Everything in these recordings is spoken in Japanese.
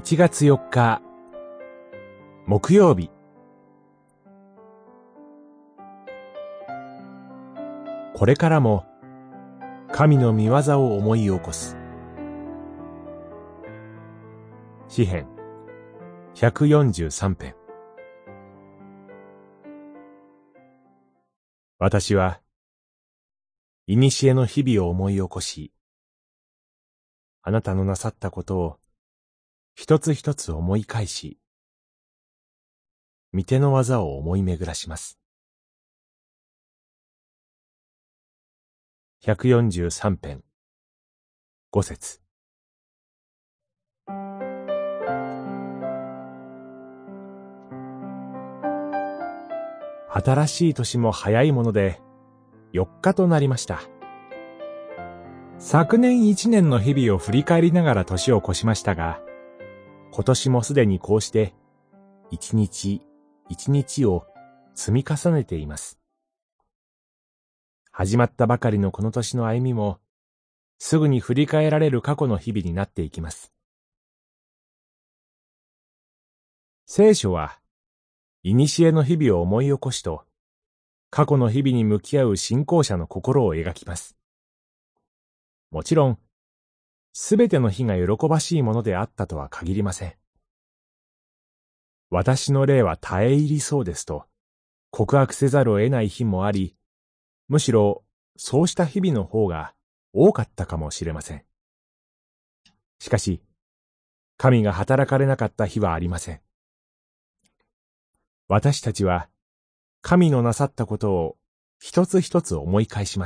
1月4日木曜日。これからも神の御業を思い起こす。詩編143編。私は古の日々を思い起こし、あなたのなさったことを一つ一つ思い返し、御手の技を思い巡らします。143編5節。新しい年も早いもので4日となりました。昨年1年の日々を振り返りながら年を越しましたが、今年もすでにこうして一日一日を積み重ねています。始まったばかりのこの年の歩みも、すぐに振り返られる過去の日々になっていきます。聖書は、古の日々を思い起こしと、過去の日々に向き合う信仰者の心を描きます。もちろん、すべての日が喜ばしいものであったとは限りません。私の霊は絶え入りそうですと、告白せざるを得ない日もあり、むしろそうした日々の方が多かったかもしれません。しかし、神が働かれなかった日はありません。私たちは、神のなさったことを一つ一つ思い返します。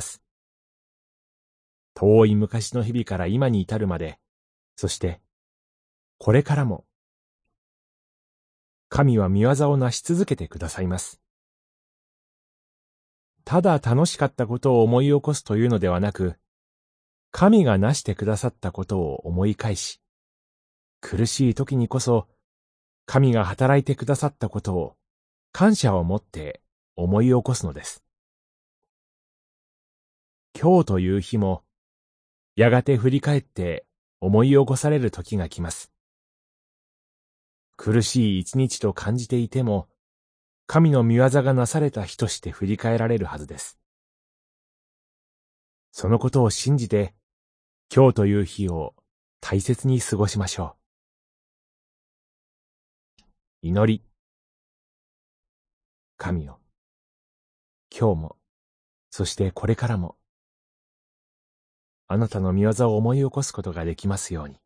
遠い昔の日々から今に至るまで、そして、これからも、神は御業を成し続けてくださいます。ただ楽しかったことを思い起こすというのではなく、神がなしてくださったことを思い返し、苦しい時にこそ、神が働いてくださったことを感謝を持って思い起こすのです。今日という日も、やがて振り返って思い起こされる時が来ます。苦しい一日と感じていても、神の御業がなされた日として振り返られるはずです。そのことを信じて、今日という日を大切に過ごしましょう。祈り。神よ、今日も、そしてこれからも、あなたの御業を思い起こすことができますように。